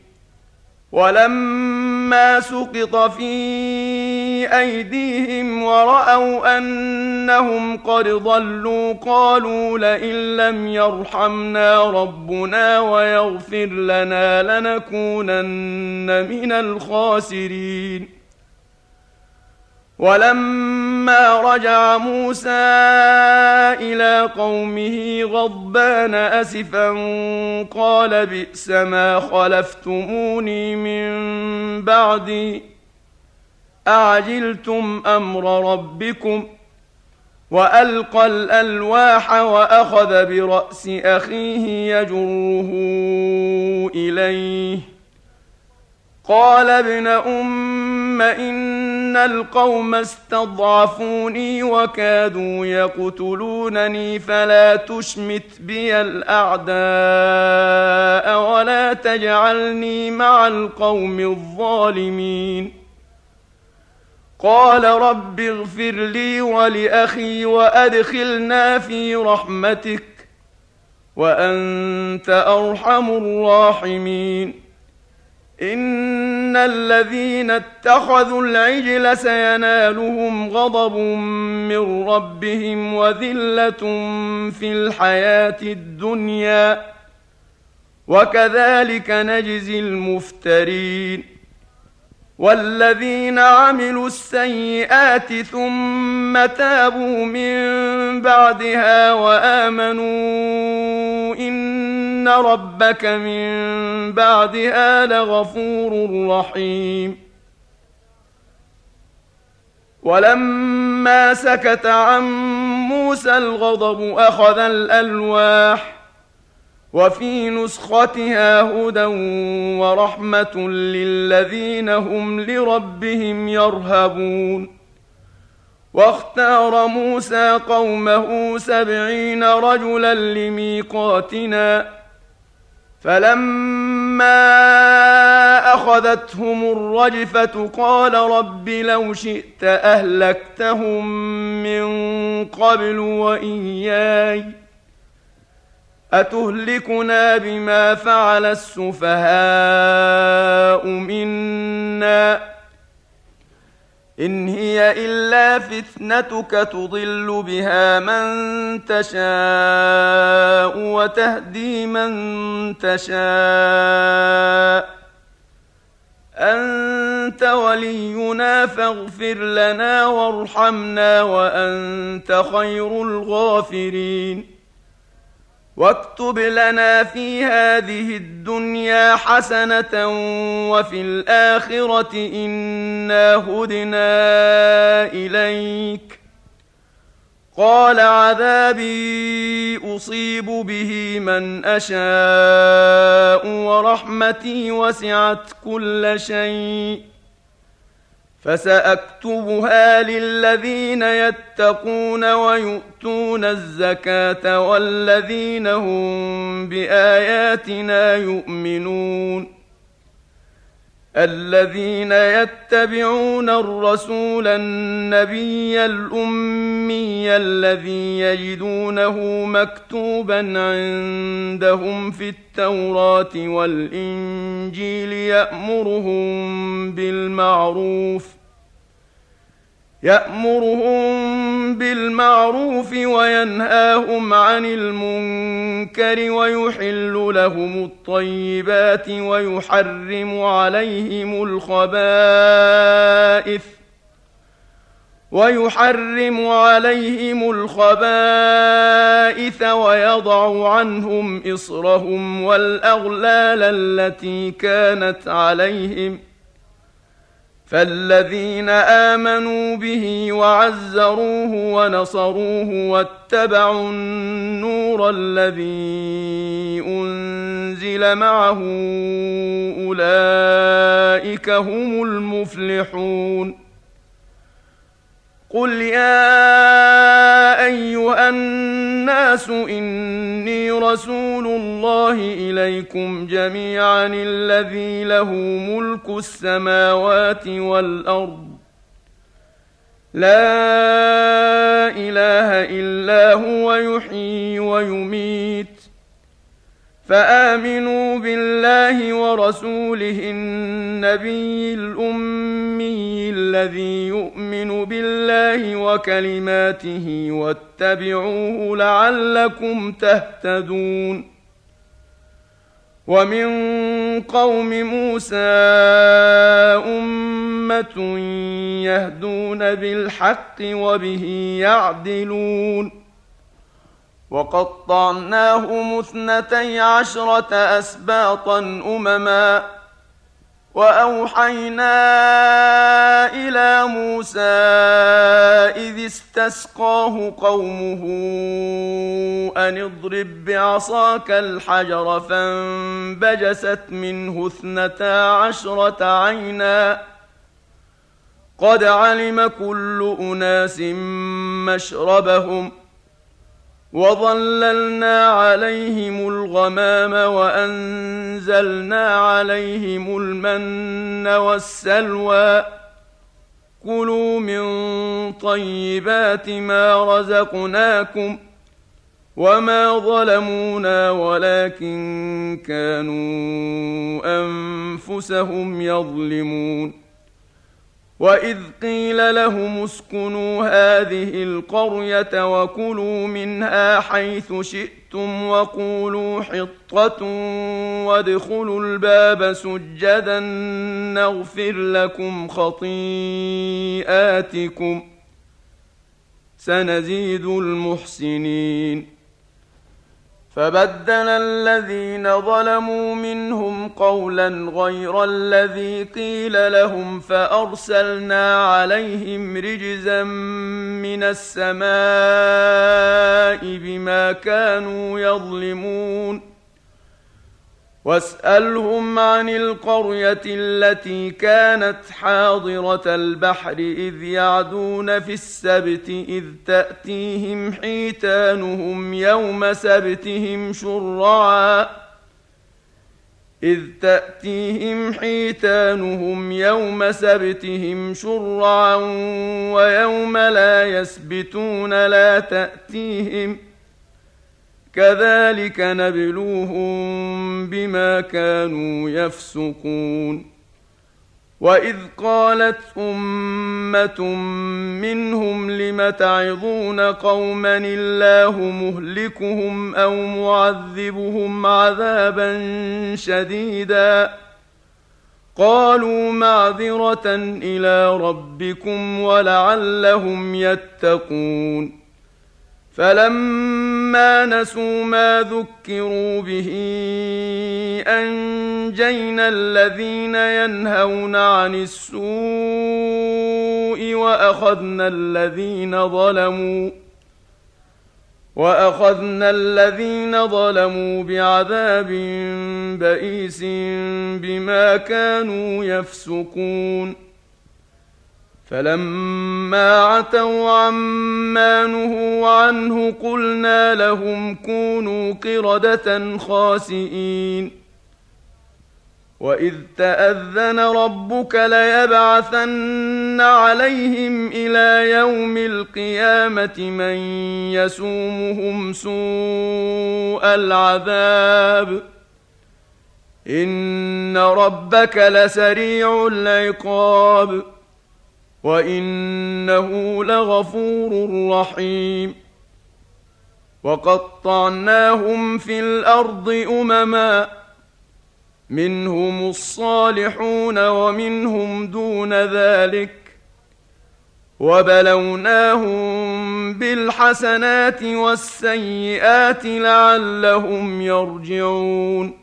ولما سقط في أيديهم ورأوا أنهم قد ضلوا قالوا لئن لم يرحمنا ربنا ويغفر لنا لنكونن من الخاسرين ولما رجع موسى إلى قومه غضبان أسفا قال بئس ما خلفتموني من بعدي أعجلتم أمر ربكم وألقى الألواح وأخذ برأس أخيه يجره إليه قال ابن أم إن القوم استضعفوني وكادوا يقتلونني فلا تشمت بي الأعداء ولا تجعلني مع القوم الظالمين قال رب اغفر لي ولأخي وأدخلنا في رحمتك وأنت أرحم الراحمين إن الذين اتخذوا العجل سينالهم غضب من ربهم وذلة في الحياة الدنيا وكذلك نجزي المفترين والذين عملوا السيئات ثم تابوا من بعدها وآمنوا إن ربك من بعدها لغفور رحيم ولما سكت عن موسى الغضب أخذ الألواح وفي نسختها هدى ورحمة للذين هم لربهم يرهبون واختار موسى قومه سبعين رجلا لميقاتنا فلما أخذتهم الرجفة قال رب لو شئت أهلكتهم من قبل وإياي أتهلكنا بما فعل السفهاء منا إن هي إلا فتنتك تضل بها من تشاء وتهدي من تشاء أنت ولينا فاغفر لنا وارحمنا وأنت خير الغافرين واكتب لنا في هذه الدنيا حسنة وفي الآخرة إنا هدنا إليك قال عذابي أصيب به من أشاء ورحمتي وسعت كل شيء فسأكتبها للذين يتقون ويؤتون الزكاة والذين هم بآياتنا يؤمنون الذين يتبعون الرسول النبي الأمي الذي يجدونه مكتوبا عندهم في التوراة والإنجيل يأمرهم بالمعروف يأمرهم بالمعروف وينهاهم عن المنكر ويحل لهم الطيبات ويحرم عليهم الخبائث ويحرم عليهم الخبائث ويضع عنهم إصرهم والأغلال التي كانت عليهم فالذين آمنوا به وعزروه ونصروه واتبعوا النور الذي أنزل معه أولئك هم المفلحون قل يا أيها الناس إني رسول الله إليكم جميعا الذي له ملك السماوات والأرض لا إله إلا هو يحيي ويميت فآمنوا بالله ورسوله النبي الأمي الذي يؤمن بالله وكلماته واتبعوه لعلكم تهتدون ومن قوم موسى أمة يهدون بالحق وبه يعدلون وقطعناهم اثنتي عشرة أسباطا أمما وأوحينا إلى موسى إذ استسقاه قومه أن اضرب بعصاك الحجر فانبجست منه اثنتا عشرة عينا قد علم كل أناس مشربهم وظللنا عليهم الغمام وأنزلنا عليهم المن والسلوى كلوا من طيبات ما رزقناكم وما ظلمونا ولكن كانوا أنفسهم يظلمون وإذ قيل لهم اسكنوا هذه القرية وكلوا منها حيث شئتم وقولوا حطة وادخلوا الباب سجدا نغفر لكم خطيئاتكم سنزيد المحسنين فبدل الذين ظلموا منهم قولا غير الذي قيل لهم فأرسلنا عليهم رجزا من السماء بما كانوا يظلمون واسألهم عن القرية التي كانت حاضرة البحر إذ يعدون في السبت إذ تأتيهم حيتانهم يوم سبتهم شرعا إذ تأتيهم حيتانهم يوم سبتهم شرعا ويوم لا يسبتون لا تأتيهم كذلك نبلوهم بما كانوا يفسقون وإذ قالت أمة منهم لم تعظون قوما الله مهلكهم أو معذبهم عذابا شديدا قالوا معذرة إلى ربكم ولعلهم يتقون فلما نسوا ما ذكروا به أنجينا الذين ينهون عن السوء وأخذنا الذين ظلموا وأخذنا الذين ظلموا بعذاب بئيس بما كانوا يفسقون فلما عتوا عما نهوا عنه قلنا لهم كونوا قردة خاسئين وإذ تأذن ربك ليبعثن عليهم إلى يوم القيامة من يسومهم سوء العذاب إن ربك لسريع العقاب وإنه لغفور رحيم وقطعناهم في الأرض أمما منهم الصالحون ومنهم دون ذلك وبلوناهم بالحسنات والسيئات لعلهم يرجعون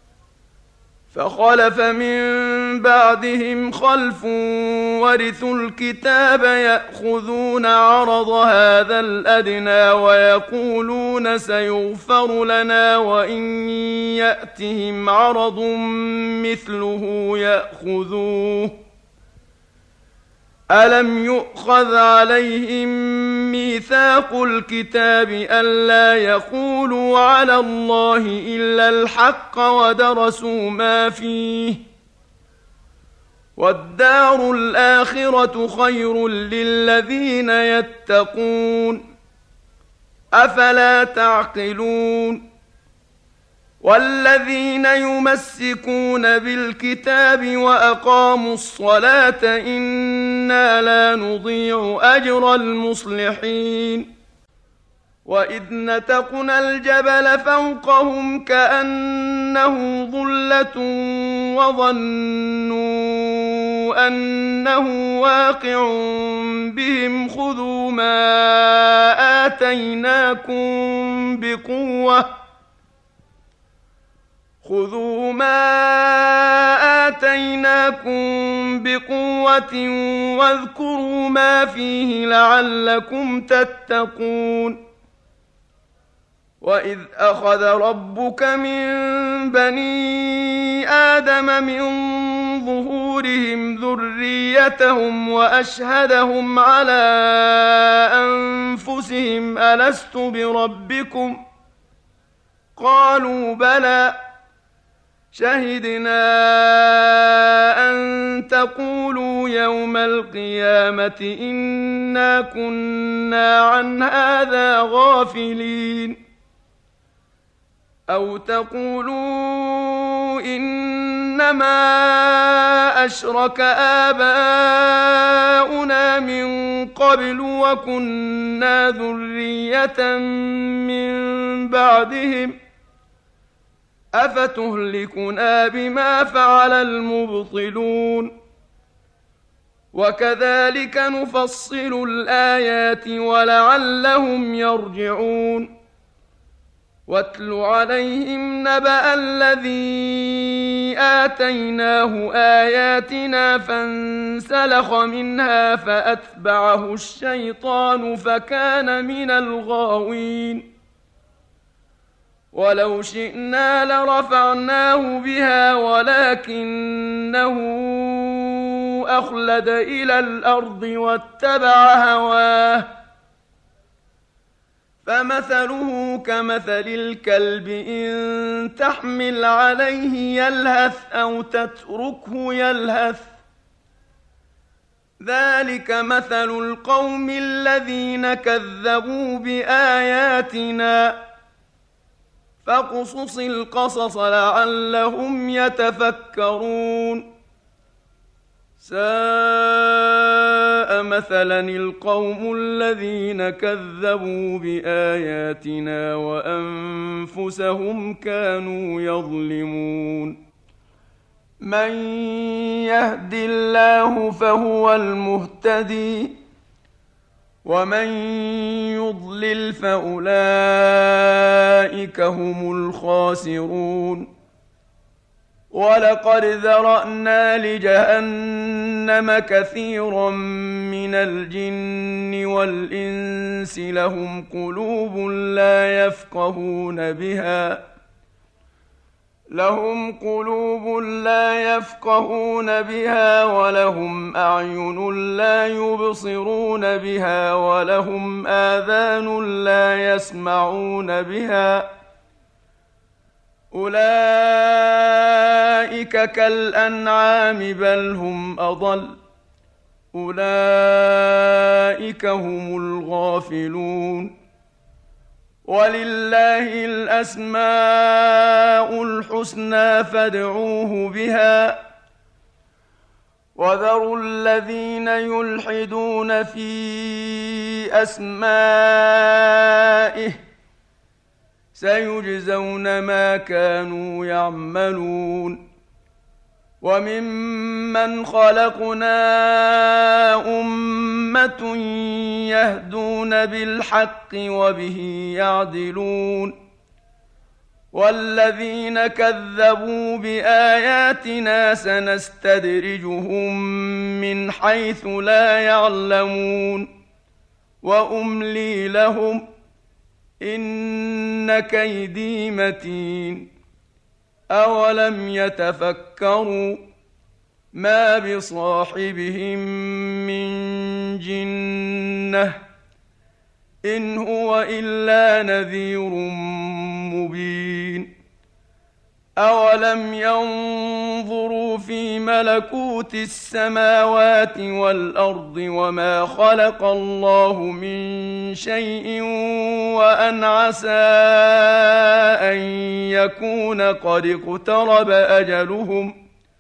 فخلف من بعدهم خلف ورثوا الكتاب يأخذون عرض هذا الأدنى ويقولون سيغفر لنا وإن يأتهم عرض مثله يأخذوه ألم يؤخذ عليهم ميثاق الكتاب ألا يقولوا على الله إلا الحق ودرسوا ما فيه والدار الآخرة خير للذين يتقون أفلا تعقلون والذين يمسكون بالكتاب وأقاموا الصلاة إنا لا نضيع أجر المصلحين وإذ نتقنا الجبل فوقهم كأنه ظلة وظنوا أنه واقع بهم خذوا ما آتيناكم بقوة خذوا ما آتيناكم بقوة واذكروا ما فيه لعلكم تتقون وإذ أخذ ربك من بني آدم من ظهورهم ذريتهم وأشهدهم على أنفسهم ألست بربكم قالوا بلى شهدنا أن تقولوا يوم القيامة إنا كنا عن هذا غافلين أو تقولوا إنما أشرك آباؤنا من قبل وكنا ذرية من بعدهم أفتهلكنا بما فعل المبطلون وكذلك نفصل الآيات ولعلهم يرجعون واتل عليهم نبأ الذي آتيناه آياتنا فانسلخ منها فأتبعه الشيطان فكان من الغاوين ولو شئنا لرفعناه بها ولكنه أخلد إلى الأرض واتبع هواه فمثله كمثل الكلب إن تحمل عليه يلهث أو تتركه يلهث ذلك مثل القوم الذين كذبوا بآياتنا فاقصص القصص لعلهم يتفكرون ساء مثلا القوم الذين كذبوا بآياتنا وأنفسهم كانوا يظلمون من يهد الله فهو المهتدي ومن يضلل فأولئك هم الخاسرون ولقد ذرأنا لجهنم كثيرا من الجن والإنس لهم قلوب لا يفقهون بها لهم قلوب لا يفقهون بها ولهم أعين لا يبصرون بها ولهم آذان لا يسمعون بها أولئك كالأنعام بل هم أضل أولئك هم الغافلون ولله الأسماء الحسنى فادعوه بها وذروا الذين يلحدون في أسمائه سيجزون ما كانوا يعملون وممن خلقنا أمة يهدون بالحق وبه يعدلون والذين كذبوا بآياتنا سنستدرجهم من حيث لا يعلمون وأملي لهم إن كيدي متين أولم يتفكروا ما بصاحبهم من جنة إن هو إلا نذير مبين أولم ينظروا في ملكوت السماوات والأرض وما خلق الله من شيء وأن عسى أن يكون قد اقترب أجلهم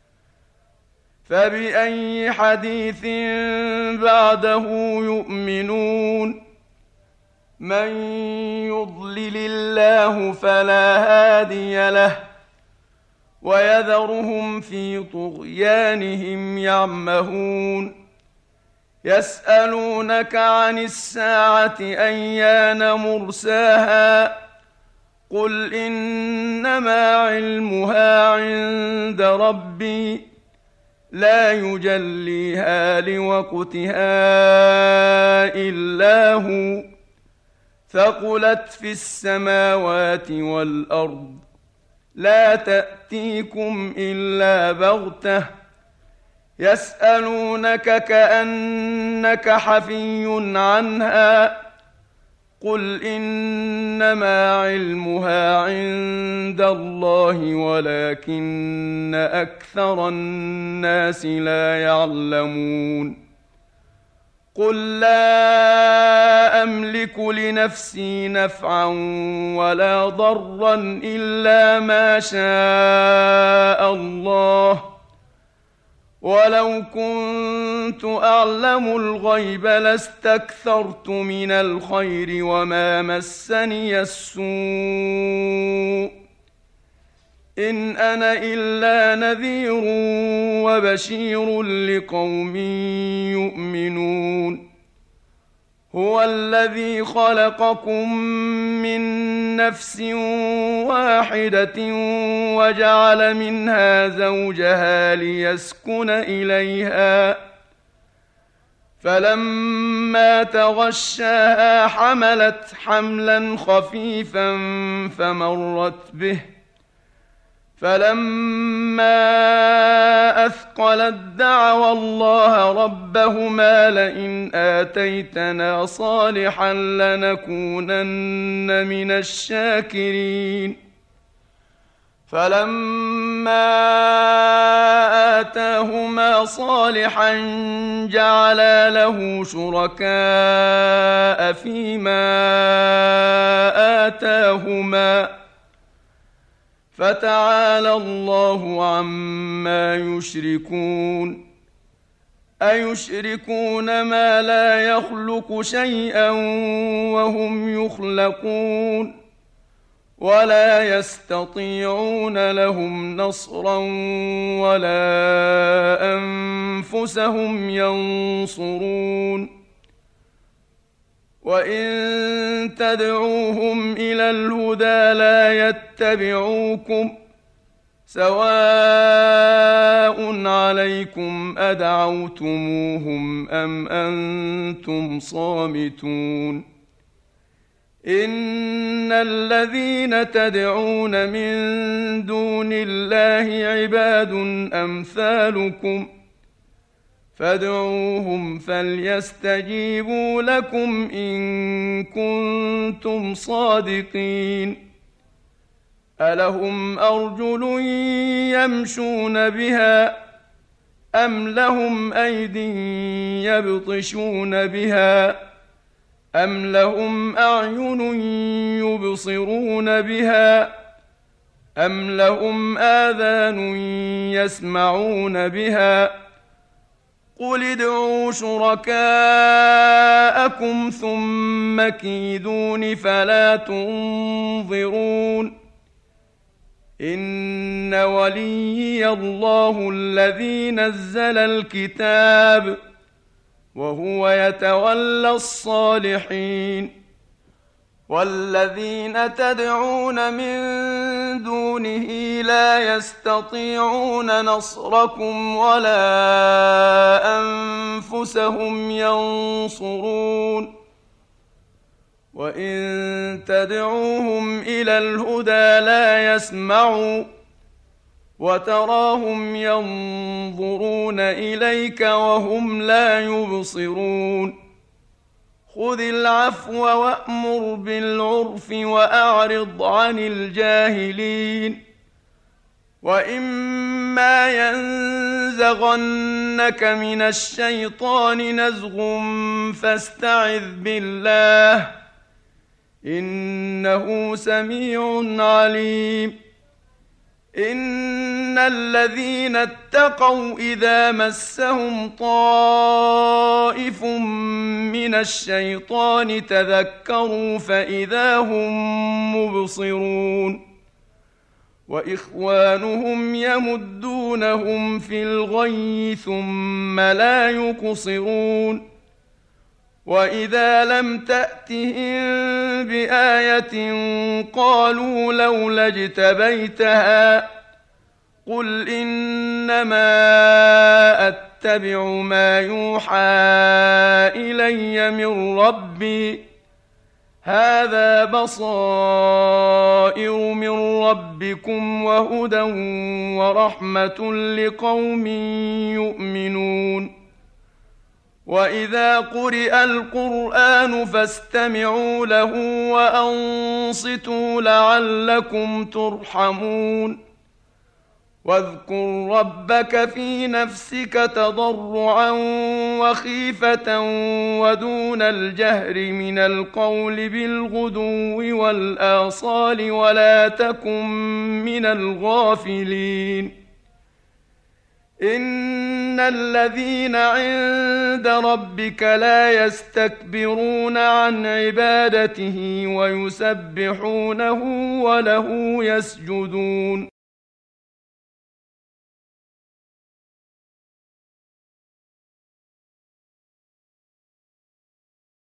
فبأي حديث بعده يؤمنون من يضلل الله فلا هادي له ويذرهم في طغيانهم يعمهون يسألونك عن الساعة أيان مرساها قل إنما علمها عند ربي لا يجليها لوقتها إلا هو ثقلت في السماوات والأرض لا تأتيكم إلا بغتة يسألونك كأنك حفي عنها قل إنما علمها عند الله ولكن أكثر الناس لا يعلمون قل لا أملك لنفسي نفعا ولا ضرا إلا ما شاء الله ولو كنت أعلم الغيب لاستكثرت من الخير وما مسني السوء إن أنا إلا نذير وبشير لقوم يؤمنون هو الذي خلقكم من نفس واحدة وجعل منها زوجها ليسكن إليها فلما تغشاها حملت حملا خفيفا فمرت به فلما أثقلت دعوا الله ربهما لئن آتيتنا صالحا لنكونن من الشاكرين فلما آتاهما صالحا جعلا له شركاء فيما آتاهما فتعالى الله عما يشركون أيشركون ما لا يخلق شيئا وهم يخلقون ولا يستطيعون لهم نصرا ولا أنفسهم ينصرون وإن تدعوهم إلى الهدى لا يتبعوكم سواء عليكم أدعوتموهم أم أنتم صامتون إن الذين تدعون من دون الله عباد أمثالكم فادعوهم فليستجيبوا لكم إن كنتم صادقين ألهم أرجل يمشون بها أم لهم أيد يبطشون بها أم لهم أعين يبصرون بها أم لهم آذان يسمعون بها قل ادعوا شركاءكم ثم كيدون فلا تنظرون إن وليي الله الذي نزل الكتاب وهو يتولى الصالحين والذين تدعون من دونه لا يستطيعون نصركم ولا أنفسهم ينصرون وإن تدعوهم إلى الهدى لا يسمعوا وتراهم ينظرون إليك وهم لا يبصرون خذ العفو وأمر بالعرف وأعرض عن الجاهلين وإما ينزغنك من الشيطان نزغ فاستعذ بالله إنه سميع عليم إن الذين اتقوا إذا مسهم طائف من الشيطان تذكروا فإذا هم مبصرون وإخوانهم يمدونهم في الغي ثم لا يقصرون وإذا لم تأتهم بآية قالوا لولا اجتبيتها قل إنما أتبع ما يوحى إلي من ربي هذا بصائر من ربكم وهدى ورحمة لقوم يؤمنون وإذا قرئ القرآن فاستمعوا له وأنصتوا لعلكم ترحمون واذكر ربك في نفسك تضرعا وخيفة ودون الجهر من القول بالغدو والآصال ولا تكن من الغافلين إن الذين عند ربك لا يستكبرون عن عبادته ويسبحونه وله يسجدون